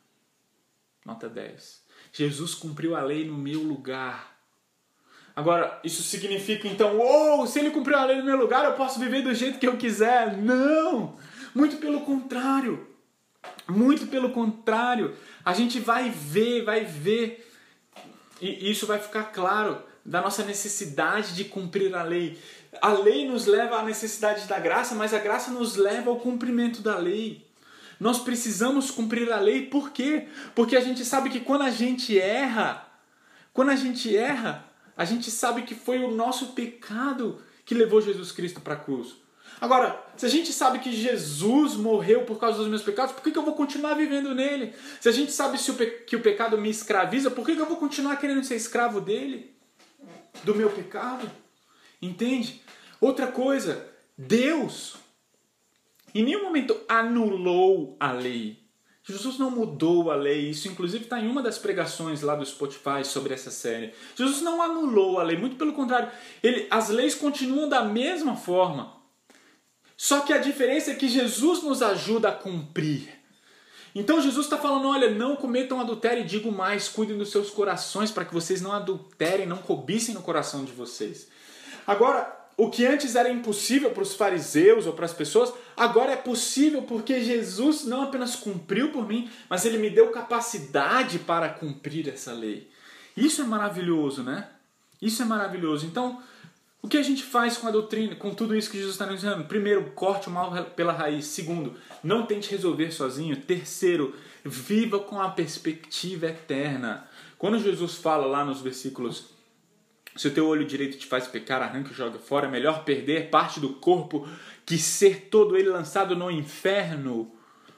Nota dez. Jesus cumpriu a lei no meu lugar. Agora, isso significa então, oh, se ele cumpriu a lei no meu lugar, eu posso viver do jeito que eu quiser. Não! Muito pelo contrário. Muito pelo contrário. A gente vai ver, vai ver. E isso vai ficar claro da nossa necessidade de cumprir a lei. A lei nos leva à necessidade da graça, mas a graça nos leva ao cumprimento da lei. Nós precisamos cumprir a lei, por quê? Porque a gente sabe que quando a gente erra, quando a gente erra, a gente sabe que foi o nosso pecado que levou Jesus Cristo para a cruz. Agora, se a gente sabe que Jesus morreu por causa dos meus pecados, por que, que eu vou continuar vivendo nele? Se a gente sabe se o pe- que o pecado me escraviza, por que, que eu vou continuar querendo ser escravo dele? Do meu pecado? Entende? Outra coisa, Deus em nenhum momento anulou a lei. Jesus não mudou a lei. Isso inclusive está em uma das pregações lá do Spotify sobre essa série. Jesus não anulou a lei, muito pelo contrário. Ele, as leis continuam da mesma forma. Só que a diferença é que Jesus nos ajuda a cumprir. Então Jesus está falando, olha, não cometam adultério e digo mais, cuidem dos seus corações para que vocês não adulterem, não cobicem no coração de vocês. Agora, o que antes era impossível para os fariseus ou para as pessoas, agora é possível porque Jesus não apenas cumpriu por mim, mas ele me deu capacidade para cumprir essa lei. Isso é maravilhoso, né? Isso é maravilhoso. Então, o que a gente faz com a doutrina, com tudo isso que Jesus está nos dizendo? Primeiro, corte o mal pela raiz. Segundo, não tente resolver sozinho. Terceiro, viva com a perspectiva eterna. Quando Jesus fala lá nos versículos, se o teu olho direito te faz pecar, arranca e joga fora. É melhor perder parte do corpo que ser todo ele lançado no inferno.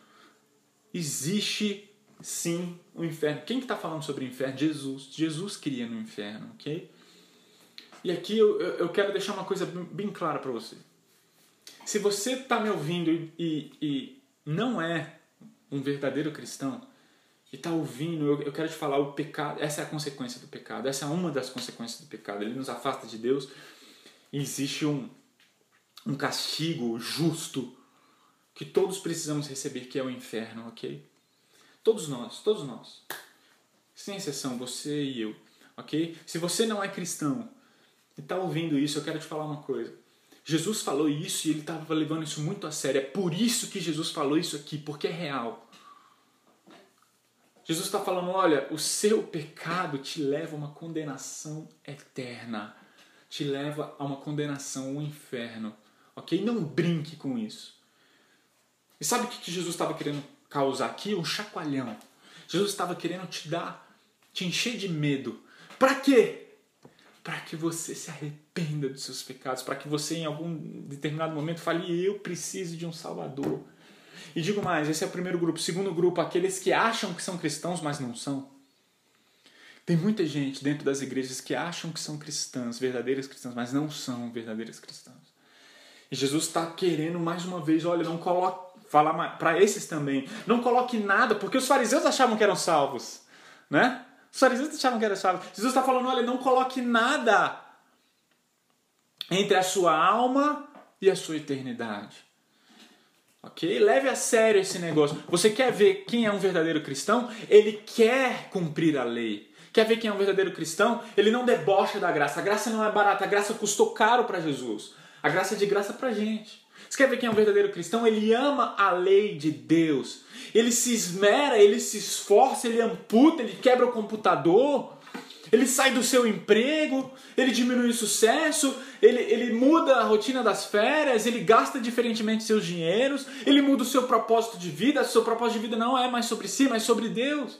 Existe, sim, o inferno. Quem que está falando sobre o inferno? Jesus. Jesus queria no inferno, ok? E aqui eu, eu quero deixar uma coisa bem clara para você. Se você está me ouvindo e, e, e não é um verdadeiro cristão, e está ouvindo, eu, eu quero te falar, o pecado, essa é a consequência do pecado, essa é uma das consequências do pecado. Ele nos afasta de Deus e existe um, um castigo justo que todos precisamos receber, que é o inferno, ok? Todos nós, todos nós. Sem exceção, você e eu, ok? Se você não é cristão e está ouvindo isso, eu quero te falar uma coisa. Jesus falou isso e ele estava levando isso muito a sério. É por isso que Jesus falou isso aqui, porque é real. Jesus está falando, olha, o seu pecado te leva a uma condenação eterna. Te leva a uma condenação, um inferno. Ok? Não brinque com isso. E sabe o que Jesus estava querendo causar aqui? Um chacoalhão. Jesus estava querendo te dar, te encher de medo. Para quê? Para que você se arrependa dos seus pecados. Para que você em algum determinado momento fale, eu preciso de um Salvador. E digo mais, esse é o primeiro grupo. Segundo grupo, aqueles que acham que são cristãos, mas não são. Tem muita gente dentro das igrejas que acham que são cristãs, verdadeiras cristãs, mas não são verdadeiras cristãs. E Jesus está querendo mais uma vez, olha, não coloque, falar para esses também, não coloque nada, porque os fariseus achavam que eram salvos, né? Os fariseus achavam que eram salvos. Jesus está falando, olha, não coloque nada entre a sua alma e a sua eternidade. Ok? Leve a sério esse negócio. Você quer ver quem é um verdadeiro cristão? Ele quer cumprir a lei. Quer ver quem é um verdadeiro cristão? Ele não debocha da graça. A graça não é barata. A graça custou caro para Jesus. A graça é de graça para a gente. Você quer ver quem é um verdadeiro cristão? Ele ama a lei de Deus. ele se esmera, ele se esforça, ele amputa, ele quebra o computador, ele sai do seu emprego, ele diminui o sucesso, ele, ele muda a rotina das férias, ele gasta diferentemente seus dinheiros, ele muda o seu propósito de vida. O seu propósito de vida não é mais sobre si, mas sobre Deus.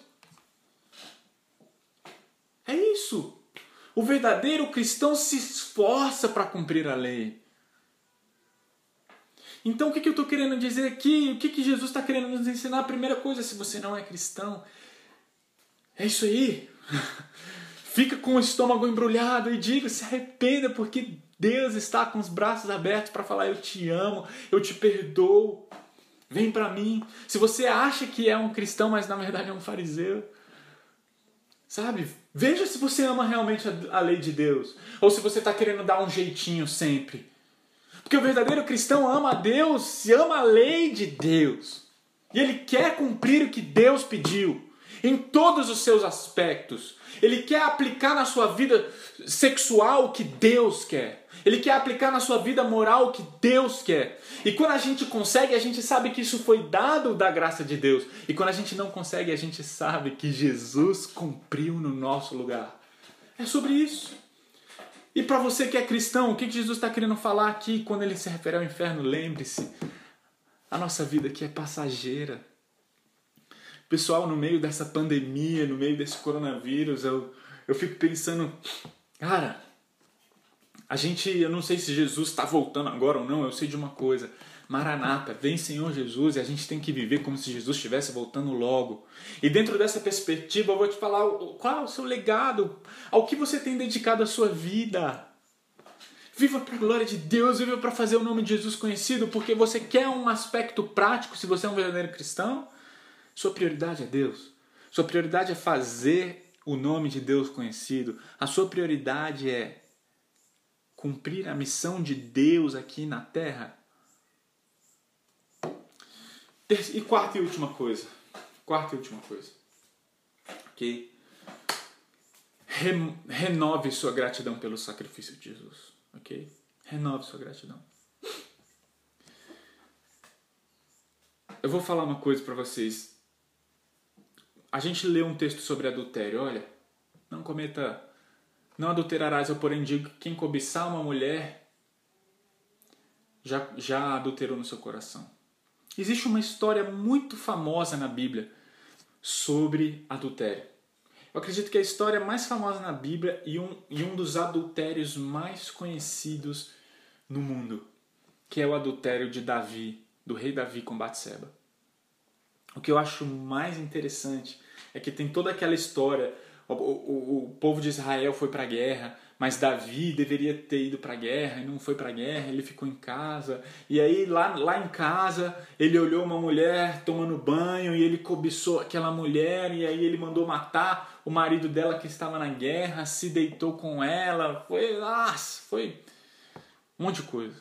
É isso. O verdadeiro cristão se esforça para cumprir a lei. Então o que, que eu estou querendo dizer aqui? O que, que Jesus está querendo nos ensinar? A primeira coisa, se você não é cristão, é isso aí. Fica com o estômago embrulhado e diga, se arrependa, porque Deus está com os braços abertos para falar, eu te amo, eu te perdoo, vem para mim. Se você acha que é um cristão, mas na verdade é um fariseu, sabe? Veja se você ama realmente a, a lei de Deus, ou se você está querendo dar um jeitinho sempre. Porque o verdadeiro cristão ama a Deus, se ama a lei de Deus. E ele quer cumprir o que Deus pediu, em todos os seus aspectos. Ele quer aplicar na sua vida sexual o que Deus quer. Ele quer aplicar na sua vida moral o que Deus quer. E quando a gente consegue, a gente sabe que isso foi dado da graça de Deus. E quando a gente não consegue, a gente sabe que Jesus cumpriu no nosso lugar. É sobre isso. E para você que é cristão, o que Jesus está querendo falar aqui quando ele se refere ao inferno? Lembre-se, a nossa vida aqui é passageira. Pessoal, no meio dessa pandemia, no meio desse coronavírus, eu, eu fico pensando, cara, a gente, eu não sei se Jesus está voltando agora ou não, eu sei de uma coisa, Maranata, vem Senhor Jesus, e a gente tem que viver como se Jesus estivesse voltando logo. E dentro dessa perspectiva eu vou te falar qual é o seu legado, ao que você tem dedicado a sua vida. Viva para a glória de Deus, viva para fazer o nome de Jesus conhecido, porque você quer um aspecto prático, se você é um verdadeiro cristão. Sua prioridade é Deus. Sua prioridade é fazer o nome de Deus conhecido. A sua prioridade é cumprir a missão de Deus aqui na terra. E quarta e última coisa. Quarta e última coisa. Ok? Renove sua gratidão pelo sacrifício de Jesus. Ok? Renove sua gratidão. Eu vou falar uma coisa para vocês. A gente lê um texto sobre adultério, olha, não cometa, não adulterarás, eu porém digo que quem cobiçar uma mulher já, já adulterou no seu coração. Existe uma história muito famosa na Bíblia sobre adultério. Eu acredito que é a história mais famosa na Bíblia e um, e um dos adultérios mais conhecidos no mundo, que é o adultério de Davi, do rei Davi com Batseba. O que eu acho mais interessante é que tem toda aquela história, o, o, o povo de Israel foi para a guerra, mas Davi deveria ter ido para a guerra e não foi para a guerra, ele ficou em casa. E aí lá, lá em casa ele olhou uma mulher tomando banho e ele cobiçou aquela mulher e aí ele mandou matar o marido dela que estava na guerra, se deitou com ela, foi, nossa, foi um monte de coisa.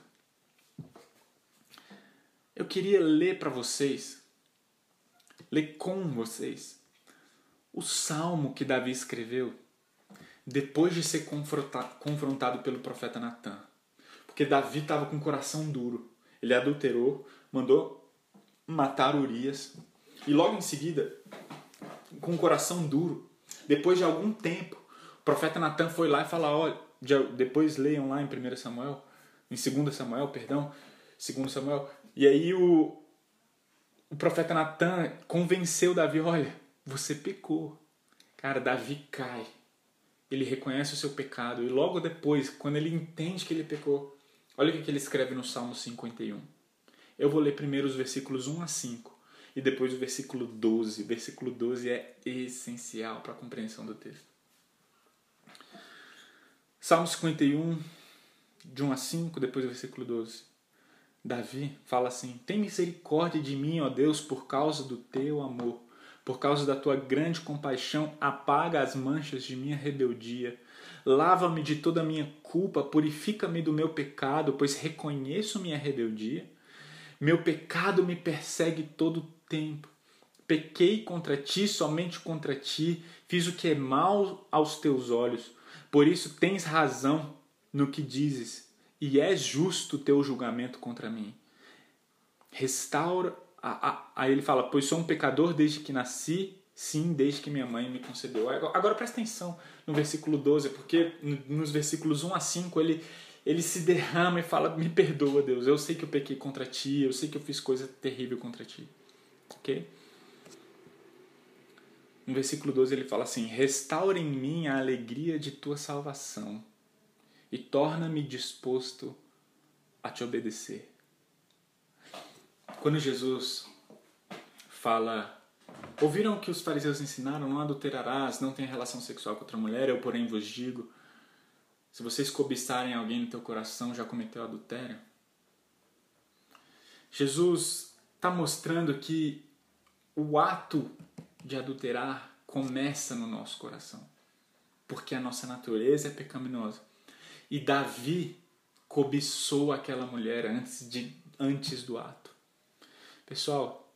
Eu queria ler para vocês, ler com vocês, o salmo que Davi escreveu depois de ser confrontado pelo profeta Natan. Porque Davi estava com o coração duro. Ele adulterou, mandou matar Urias. E logo em seguida, com o coração duro, depois de algum tempo, o profeta Natan foi lá e falou, olha, depois leiam lá em primeiro Samuel, em segundo Samuel, perdão, segundo Samuel, e aí o, o profeta Natan convenceu Davi, olha, você pecou. Cara, Davi cai. Ele reconhece o seu pecado e logo depois, quando ele entende que ele pecou, olha o que ele escreve no Salmo cinquenta e um. Eu vou ler primeiro os versículos um a cinco e depois o versículo doze. O versículo doze é essencial para a compreensão do texto. Salmo cinquenta e um, de um a cinco, depois o versículo doze. Davi fala assim, tem misericórdia de mim, ó Deus, por causa do teu amor. Por causa da tua grande compaixão, apaga as manchas de minha rebeldia. Lava-me de toda a minha culpa, purifica-me do meu pecado, pois reconheço minha rebeldia. Meu pecado me persegue todo o tempo. Pequei contra ti, somente contra ti, fiz o que é mal aos teus olhos. Por isso tens razão no que dizes, e é justo o teu julgamento contra mim. Restaura Aí ele fala, pois sou um pecador desde que nasci, sim, desde que minha mãe me concebeu. Agora presta atenção no versículo doze, porque nos versículos um a cinco ele, ele se derrama e fala, me perdoa, Deus, eu sei que eu pequei contra ti, eu sei que eu fiz coisa terrível contra ti. Ok? No versículo doze ele fala assim, restaura em mim a alegria de tua salvação e torna-me disposto a te obedecer. Quando Jesus fala, ouviram o que os fariseus ensinaram, não adulterarás, não tenha relação sexual com outra mulher, eu porém vos digo, se vocês cobiçarem alguém no teu coração, já cometeu adultério. Jesus está mostrando que o ato de adulterar começa no nosso coração, porque a nossa natureza é pecaminosa. E Davi cobiçou aquela mulher antes, de, antes do ato. Pessoal,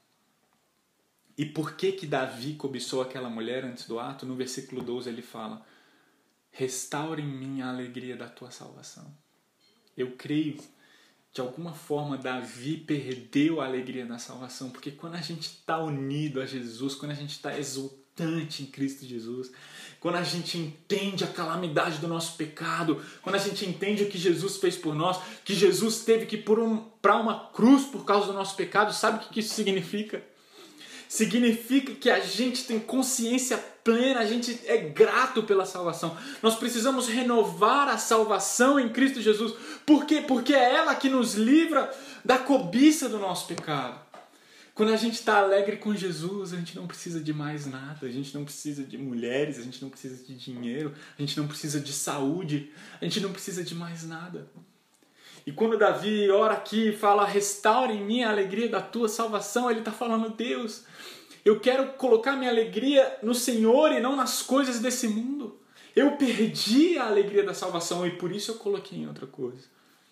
e por que que Davi cobiçou aquela mulher antes do ato? No versículo doze ele fala, restaura em mim a alegria da tua salvação. Eu creio, de alguma forma, Davi perdeu a alegria da salvação, porque quando a gente está unido a Jesus, quando a gente está exultante em Cristo Jesus, quando a gente entende a calamidade do nosso pecado, quando a gente entende o que Jesus fez por nós, que Jesus teve que ir para um, uma cruz por causa do nosso pecado, sabe o que isso significa? Significa que a gente tem consciência plena, a gente é grato pela salvação. Nós precisamos renovar a salvação em Cristo Jesus. Por quê? Porque é ela que nos livra da cobiça do nosso pecado. Quando a gente está alegre com Jesus, a gente não precisa de mais nada. A gente não precisa de mulheres, a gente não precisa de dinheiro, a gente não precisa de saúde, a gente não precisa de mais nada. E quando Davi ora aqui e fala, restaure em mim a alegria da tua salvação, ele está falando, Deus, eu quero colocar minha alegria no Senhor e não nas coisas desse mundo. Eu perdi a alegria da salvação e por isso eu coloquei em outra coisa.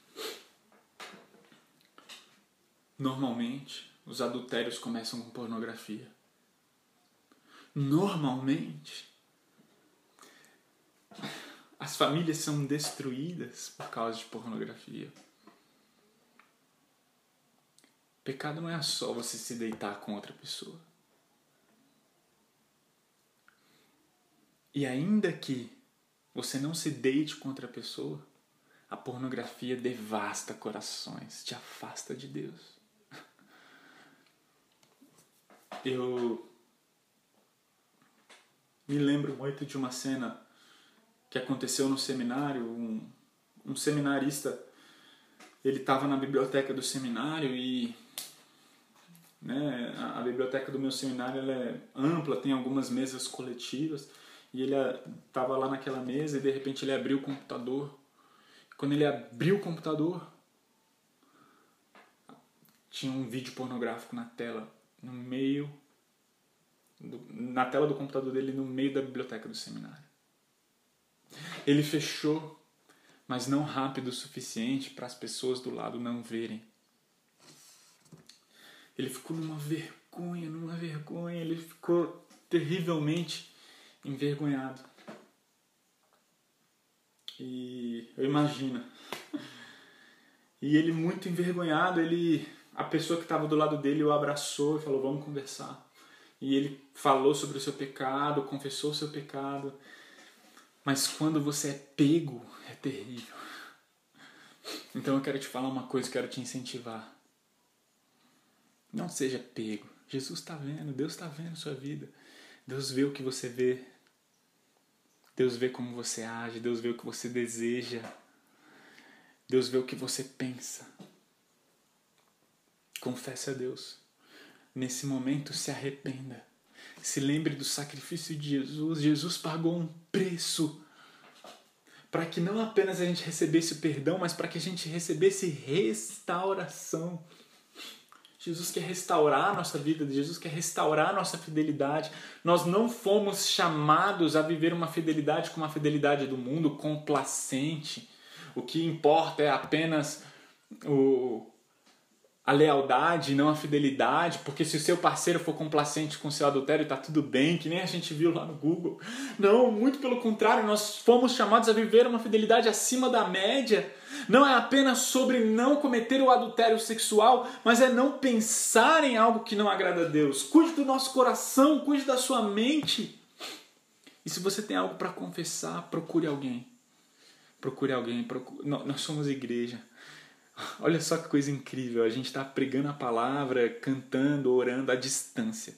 Normalmente, os adultérios começam com pornografia. Normalmente, as famílias são destruídas por causa de pornografia. Pecado não é só você se deitar com outra pessoa. E ainda que você não se deite com outra pessoa, a pornografia devasta corações, te afasta de Deus. Eu me lembro muito de uma cena que aconteceu no seminário. Um, um seminarista, ele estava na biblioteca do seminário e né, a, a biblioteca do meu seminário ela é ampla, tem algumas mesas coletivas e ele estava lá naquela mesa e de repente ele abriu o computador. Quando ele abriu o computador, tinha um vídeo pornográfico na tela, no meio, do, na tela do computador dele, no meio da biblioteca do seminário. Ele fechou, mas não rápido o suficiente para as pessoas do lado não verem. Ele ficou numa vergonha, numa vergonha, ele ficou terrivelmente envergonhado. E eu imagino. E ele muito envergonhado, ele, a pessoa que estava do lado dele o abraçou e falou, vamos conversar. E ele falou sobre o seu pecado, confessou o seu pecado. Mas quando você é pego, é terrível. Então eu quero te falar uma coisa, quero te incentivar. Não seja pego. Jesus está vendo, Deus está vendo sua vida. Deus vê o que você vê. Deus vê como você age, Deus vê o que você deseja. Deus vê o que você pensa. Confesse a Deus. Nesse momento, se arrependa. Se lembre do sacrifício de Jesus. Jesus pagou um preço para que não apenas a gente recebesse o perdão, mas para que a gente recebesse restauração. Jesus quer restaurar a nossa vida, Jesus quer restaurar a nossa fidelidade. Nós não fomos chamados a viver uma fidelidade como a fidelidade do mundo, complacente. O que importa é apenas o, a lealdade, não a fidelidade, porque se o seu parceiro for complacente com o seu adultério, está tudo bem, que nem a gente viu lá no Google. Não, muito pelo contrário, nós fomos chamados a viver uma fidelidade acima da média. Não é apenas sobre não cometer o adultério sexual, mas é não pensar em algo que não agrada a Deus. Cuide do nosso coração, cuide da sua mente. E se você tem algo para confessar, procure alguém. Procure alguém. Procure... Nós somos igreja. Olha só que coisa incrível. A gente está pregando a palavra, cantando, orando à distância.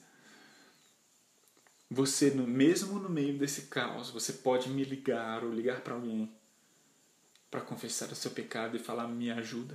Você, mesmo no meio desse caos, você pode me ligar ou ligar para alguém para confessar o seu pecado e falar, me ajuda.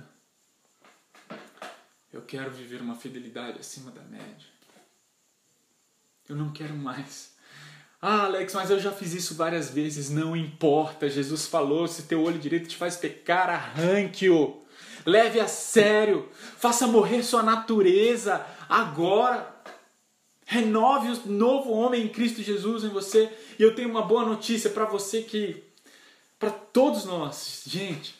Eu quero viver uma fidelidade acima da média. Eu não quero mais. Ah, Alex, mas eu já fiz isso várias vezes. Não importa. Jesus falou, se teu olho direito te faz pecar, arranque-o. Leve a sério. Faça morrer sua natureza agora. Renove o novo homem em Cristo Jesus em você. E eu tenho uma boa notícia para você que... Para todos nós. Gente,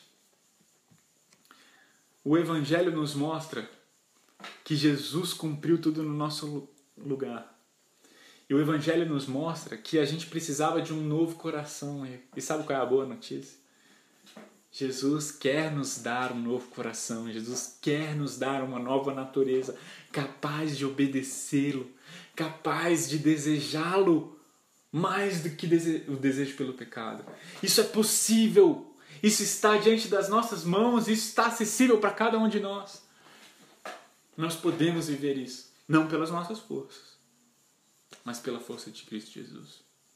o Evangelho nos mostra que Jesus cumpriu tudo no nosso lugar. E o Evangelho nos mostra que a gente precisava de um novo coração. E sabe qual é a boa notícia? Jesus quer nos dar um novo coração. Jesus quer nos dar uma nova natureza, capaz de obedecê-lo, capaz de desejá-lo mais do que o desejo pelo pecado. Isso é possível. Isso está diante das nossas mãos. Isso está acessível para cada um de nós. Nós podemos viver isso. Não pelas nossas forças, mas pela força de Cristo Jesus.